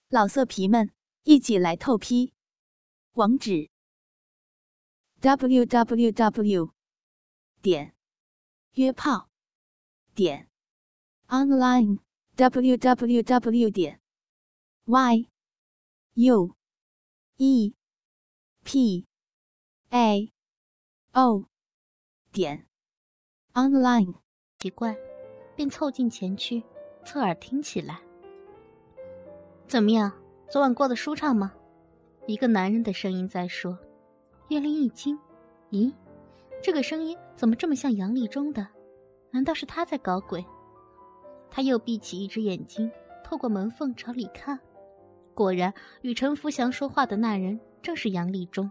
老色皮们，一起来透批！网址 www.约炮online www.yuepao.online。 奇怪，便凑近前去，侧耳听起来。怎么样，昨晚过得舒畅吗？一个男人的声音在说。叶灵一惊，咦，这个声音怎么这么像杨立中的？难道是他在搞鬼？他又闭起一只眼睛，透过门缝朝里看，果然与陈福祥说话的那人正是杨立中。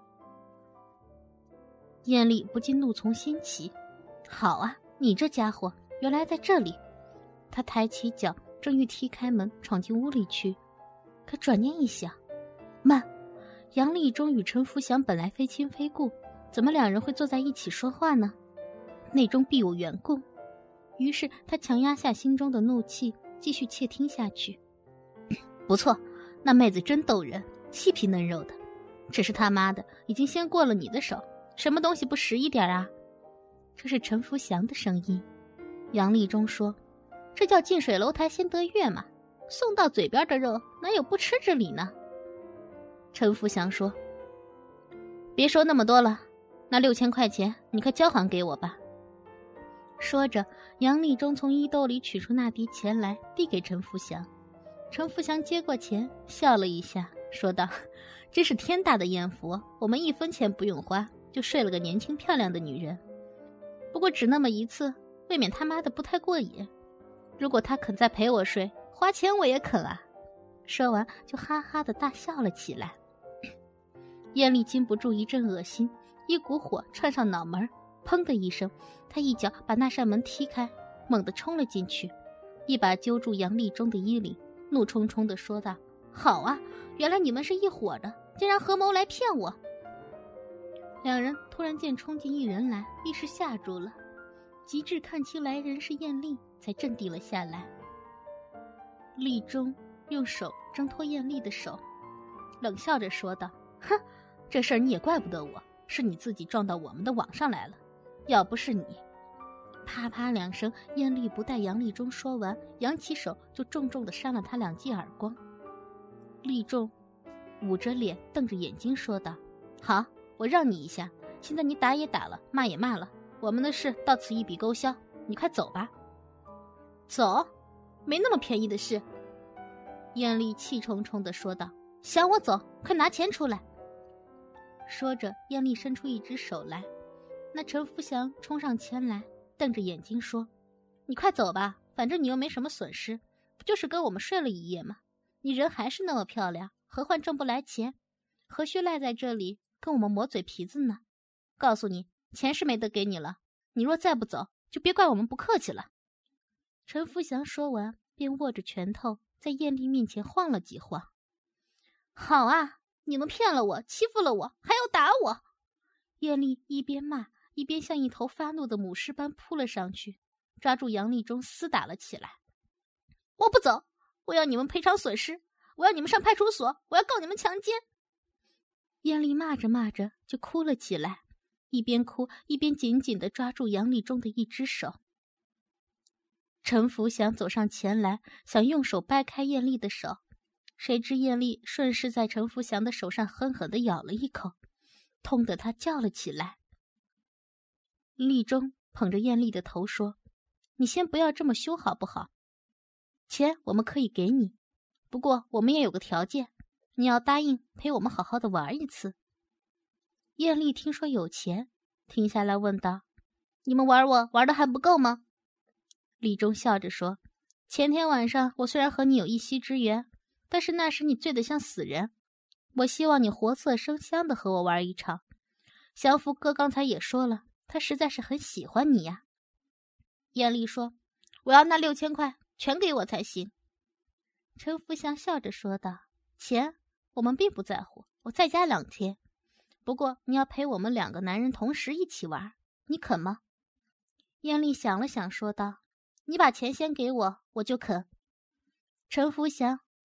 艳丽不禁怒从心起，好啊，你这家伙原来在这里。他抬起脚，正欲踢开门闯进屋里去，可转念一想，慢，杨立中与陈福祥本来非亲非故，怎么两人会坐在一起说话呢？内中必有缘故。于是他强压下心中的怒气，继续窃听下去。不错，那妹子真逗人，细皮嫩肉的，只是他妈的已经先过了你的手，什么东西不实一点啊？这是陈福祥的声音。杨立中说，这叫近水楼台先得月嘛，送到嘴边的肉哪有不吃之理呢？陈福祥说，别说那么多了，那6000块钱你快交还给我吧。说着，杨立中从衣兜里取出那叠钱来，递给陈福祥。陈福祥接过钱，笑了一下，说道，真是天大的艳福，我们1分钱不用花，就睡了个年轻漂亮的女人。不过只那么一次，未免他妈的不太过瘾。如果他肯再陪我睡，花钱我也肯啊。说完就哈哈地大笑了起来。艳丽禁不住一阵恶心，一股火窜上脑门，砰的一声，他一脚把那扇门踢开，猛地冲了进去，一把揪住杨立中的衣领，怒冲冲地说道，好啊，原来你们是一伙的，竟然合谋来骗我。两人突然间冲进一人来，一时吓住了，及至看清来人是艳丽，才镇定了下来。立中用手挣脱艳丽的手，冷笑着说道，哼，这事儿你也怪不得我，是你自己撞到我们的网上来了，要不是你。啪啪2声，艳丽不待杨立中说完，扬起手就重重地扇了他2记耳光。立中捂着脸瞪着眼睛说道，好，我让你一下，现在你打也打了，骂也骂了，我们的事到此一笔勾销，你快走吧。走？没那么便宜的事。艳丽气冲冲地说道，想我走，快拿钱出来。说着，艳丽伸出一只手来，那陈福祥冲上前来，瞪着眼睛说，你快走吧，反正你又没什么损失，不就是跟我们睡了一夜吗？你人还是那么漂亮，何患挣不来钱？何须赖在这里跟我们磨嘴皮子呢？告诉你，钱是没得给你了，你若再不走，就别怪我们不客气了。陈福祥说完，便握着拳头在艳丽面前晃了几晃。好啊，你们骗了我，欺负了我，还要打我！艳丽一边骂，一边像一头发怒的母狮般扑了上去，抓住杨立中厮打了起来。我不走，我要你们赔偿损失，我要你们上派出所，我要告你们强奸。艳丽骂着骂着就哭了起来，一边哭一边紧紧地抓住杨立中的一只手。陈福祥走上前来，想用手掰开艳丽的手，谁知艳丽顺势在陈福祥的手上狠狠地咬了一口，痛得他叫了起来。立中捧着艳丽的头说，你先不要这么凶好不好？钱我们可以给你，不过我们也有个条件，你要答应陪我们好好的玩一次。艳丽听说有钱，停下来问道，你们玩我玩得还不够吗？立中笑着说，前天晚上我虽然和你有一夕之缘，但是那时你醉得像死人，我希望你活色生香的和我玩一场。祥福哥刚才也说了，他实在是很喜欢你呀。艳丽说，我要那6000块全给我才行。陈福祥笑着说道，钱我们并不在乎，我再加2天，不过你要陪我们2个男人同时一起玩，你肯吗？艳丽想了想说道，你把钱先给我，我就肯。陈福祥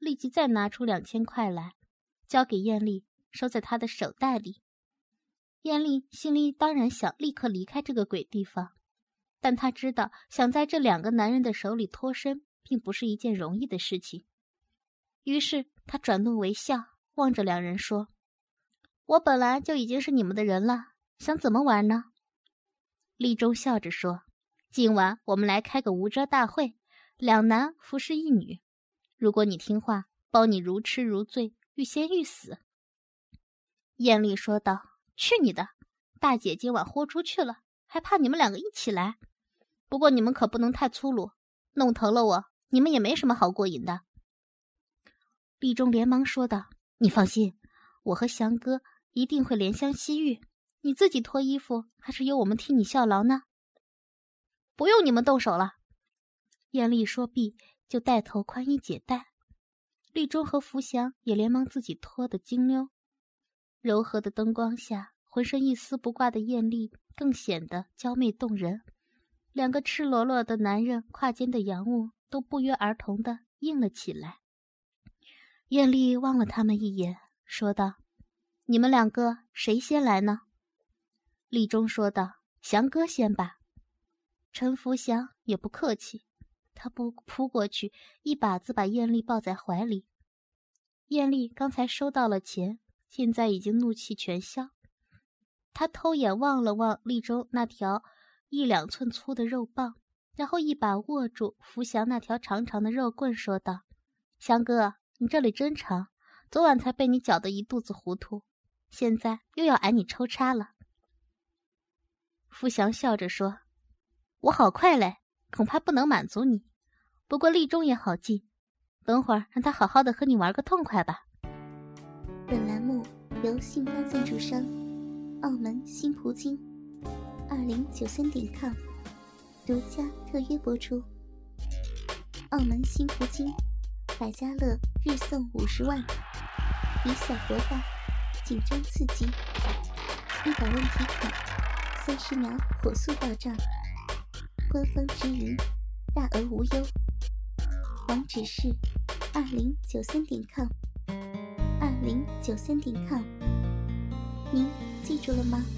立即再拿出2000块来，交给艳丽，收在她的手袋里。艳丽心里当然想立刻离开这个鬼地方，但她知道想在这2个男人的手里脱身并不是一件容易的事情。于是她转怒为笑，望着2人说：“我本来就已经是你们的人了，想怎么玩呢？”立中笑着说：“今晚我们来开个无遮大会，2男服侍1女。如果你听话，包你如痴如醉，欲仙欲死。”艳丽说道：“去你的！大姐今晚豁出去了，还怕你们2个一起来？不过你们可不能太粗鲁，弄疼了我，你们也没什么好过瘾的。”立中连忙说道：“你放心，我和祥哥一定会怜香惜玉，你自己脱衣服，还是由我们替你效劳呢？”“不用你们动手了。”艳丽说毕，就带头宽衣解带。立中和福祥也连忙自己脱得精溜。柔和的灯光下，浑身一丝不挂的艳丽更显得娇媚动人。2个赤裸裸的男人胯间的阳物都不约而同地硬了起来。艳丽望了他们一眼，说道：“你们2个谁先来呢？”立中说道：“祥哥先吧。”陈福祥也不客气，他扑过去，一把子把艳丽抱在怀里。艳丽刚才收到了钱，现在已经怒气全消。他偷眼望了望立中那条1、2寸粗的肉棒，然后一把握住福祥那条长长的肉棍，说道：“祥哥，你这里真长，昨晚才被你搅得一肚子糊涂，现在又要挨你抽插了。”福祥笑着说：“我好快嘞，恐怕不能满足你。不过立中也好进，等会儿让他好好的和你玩个痛快吧。” 本栏目由信邦赞助商澳门新葡京2093.com 独家特约播出。澳门新葡京百家乐日送50万，以小博大，紧张刺激，100万提款，30秒火速到账，官方直营，大额无忧。网址是2093.com 2093.com， 您记住了吗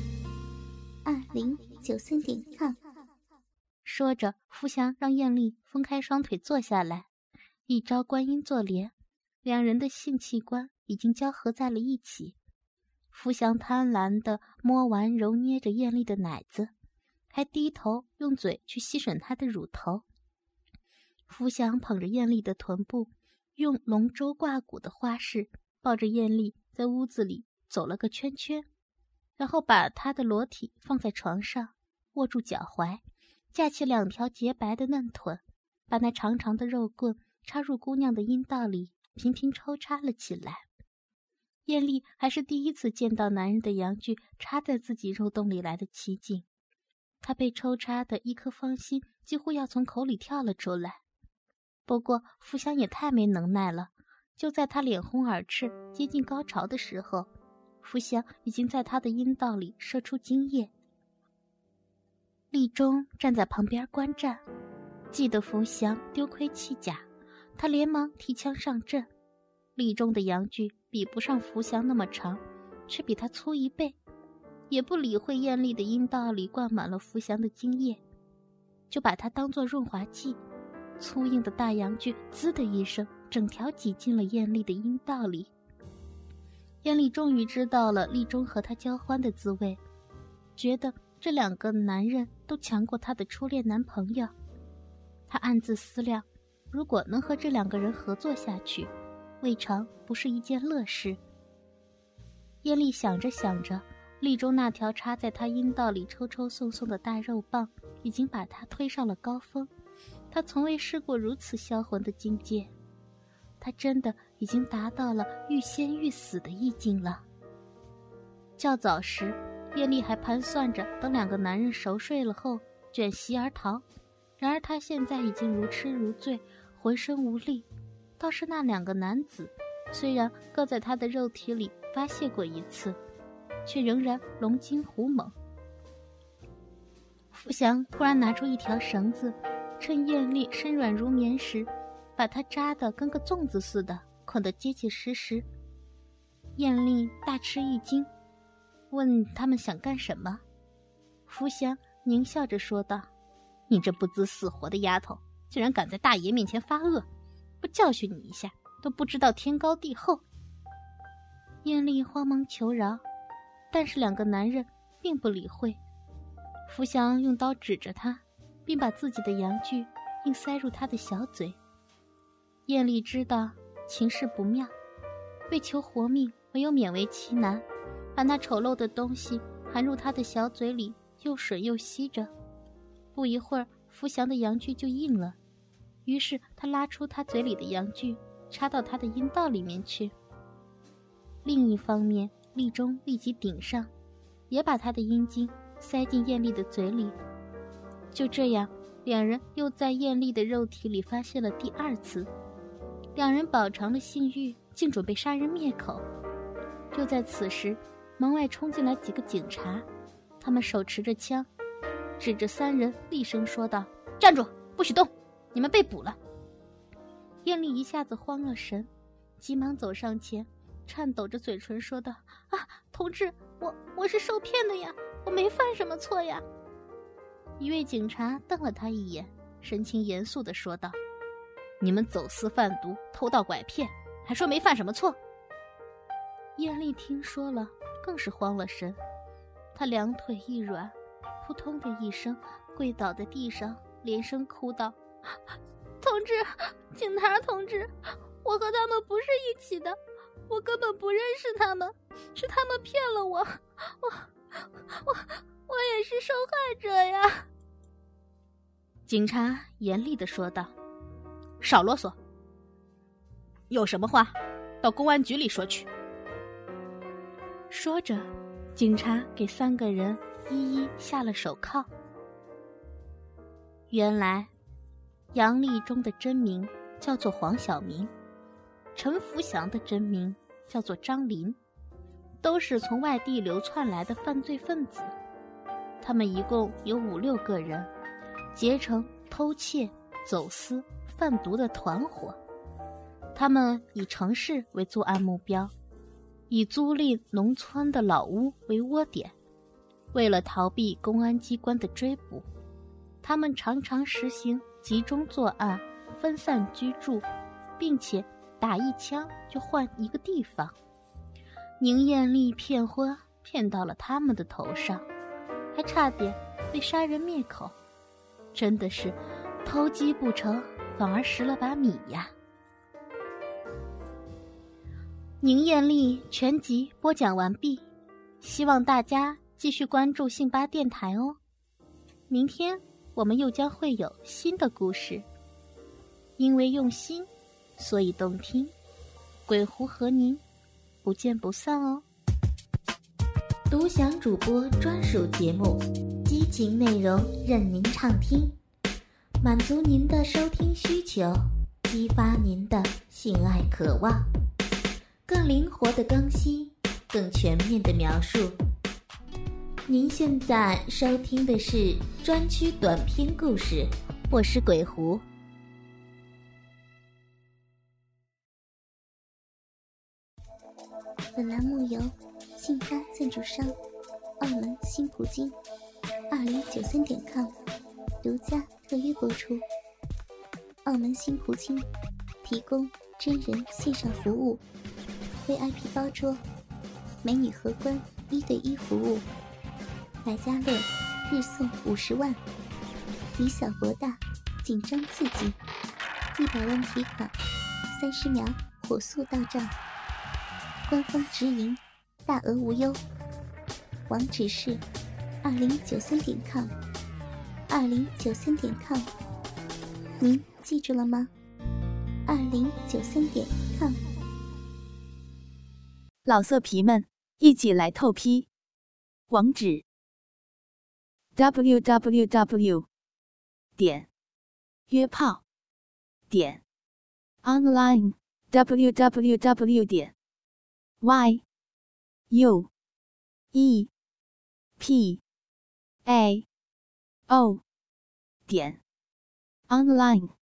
？2093.com。 说着，福祥让艳丽分开双腿坐下来，一招观音坐莲，2人的性器官已经交合在了一起。福祥贪婪地摸玩揉捏着艳丽的奶子，还低头用嘴去吸吮她的乳头。福祥捧着艳丽的臀部，用龙舟挂鼓的花式抱着艳丽在屋子里走了个圈圈，然后把她的裸体放在床上，握住脚踝，架起2条洁白的嫩臀，把那长长的肉棍插入姑娘的阴道里，频频抽插了起来。艳丽还是第一次见到男人的阳具插在自己肉洞里来的奇景，她被抽插的一颗芳心几乎要从口里跳了出来。不过福祥也太没能耐了，就在她脸红耳赤接近高潮的时候，福祥已经在她的阴道里射出精液。立中站在旁边观战，记得福祥丢盔弃甲，他连忙提枪上阵。立中的阳具比不上福祥那么长，却比他粗1倍，也不理会艳丽的阴道里灌满了福祥的精液，就把它当作润滑剂。粗硬的大阳具滋的一声，整条挤进了艳丽的阴道里。艳丽终于知道了立中和他交欢的滋味，觉得这2个男人都强过她的初恋男朋友。她暗自思量，如果能和这2个人合作下去，未尝不是一件乐事。艳丽想着想着，立中那条插在她阴道里抽抽送送的大肉棒已经把她推上了高峰，她从未试过如此销魂的境界，她真的已经达到了欲仙欲死的意境了。较早时，艳丽还盘算着等2个男人熟睡了后卷席而逃，然而她现在已经如痴如醉，浑身无力。倒是那2个男子，虽然各在她的肉体里发泄过一次，却仍然龙精虎猛。福祥突然拿出一条绳子，趁艳丽身软如棉时，把她扎得跟个粽子似的， 捆得结结实实。艳丽大吃一惊，问他们想干什么。福祥狞笑着说道：“你这不知死活的丫头，竟然敢在大爷面前发恶，不教训你一下，都不知道天高地厚。”艳丽慌忙求饶，但是两个男人并不理会。福祥用刀指着他，并把自己的阳具硬塞入他的小嘴。艳丽知道情势不妙，为求活命，没有勉为其难，把那丑陋的东西含入他的小嘴里，又吮又吸着。不一会儿，福祥的阳具就硬了，于是他拉出他嘴里的阳具，插到他的阴道里面去。另一方面，丽中立即顶上，也把他的阴茎塞进艳丽的嘴里。就这样，两人又在艳丽的肉体里发泄了第二次。两人饱尝了性欲，竟准备杀人灭口。就在此时，门外冲进来几个警察，他们手持着枪，指着三人厉声说道：“站住，不许动，你们被捕了。”艳丽一下子慌了神，急忙走上前，颤抖着嘴唇说道：“啊，同志，我是受骗的呀，我没犯什么错呀。”一位警察瞪了他一眼，神情严肃地说道：“你们走私贩毒，偷盗拐骗，还说没犯什么错。”艳丽听说了，更是慌了神，她两腿一软，扑通的一声跪倒在地上，连声哭道：“同志，警察同志，我和他们不是一起的，我根本不认识他们，是他们骗了我，我也是受害者呀。”警察严厉地说道：“少啰嗦，有什么话到公安局里说去。”说着，警察给三个人一一下了手铐。原来杨丽中的真名叫做黄晓明，陈福祥的真名叫做张林，都是从外地流窜来的犯罪分子。他们一共有5、6个人，结成偷窃、走私、贩毒的团伙。他们以城市为作案目标，以租赁农村的老屋为窝点。为了逃避公安机关的追捕，他们常常实行集中作案、分散居住，并且打一枪就换一个地方。宁艳丽骗婚骗到了他们的头上，还差点被杀人灭口，真的是偷鸡不成反而蚀了把米呀。宁艳丽全集播讲完毕，希望大家继续关注信巴电台哦。明天我们又将会有新的故事，因为用心，所以动听。鬼狐和您不见不散哦。 独享主播专属节目，激情内容任您畅听，满足您的收听需求，激发您的性爱渴望，更灵活的更新，更全面的描述。您现在收听的是专区短篇故事，我是鬼狐。本栏目由信发赞助商澳门新葡京2093.com 独家特约播出。澳门新葡京提供真人线上服务， VIP 包桌，美女荷官1对1服务，百家乐日送50万，以小博大，紧张刺激，100万提款，30秒火速到账，官方直营，大额无忧。网址是2093.com 2093.com， 您记住了吗？2093.com。 老色皮们，一起来透批！网址 www.约炮.online www.yuepao.online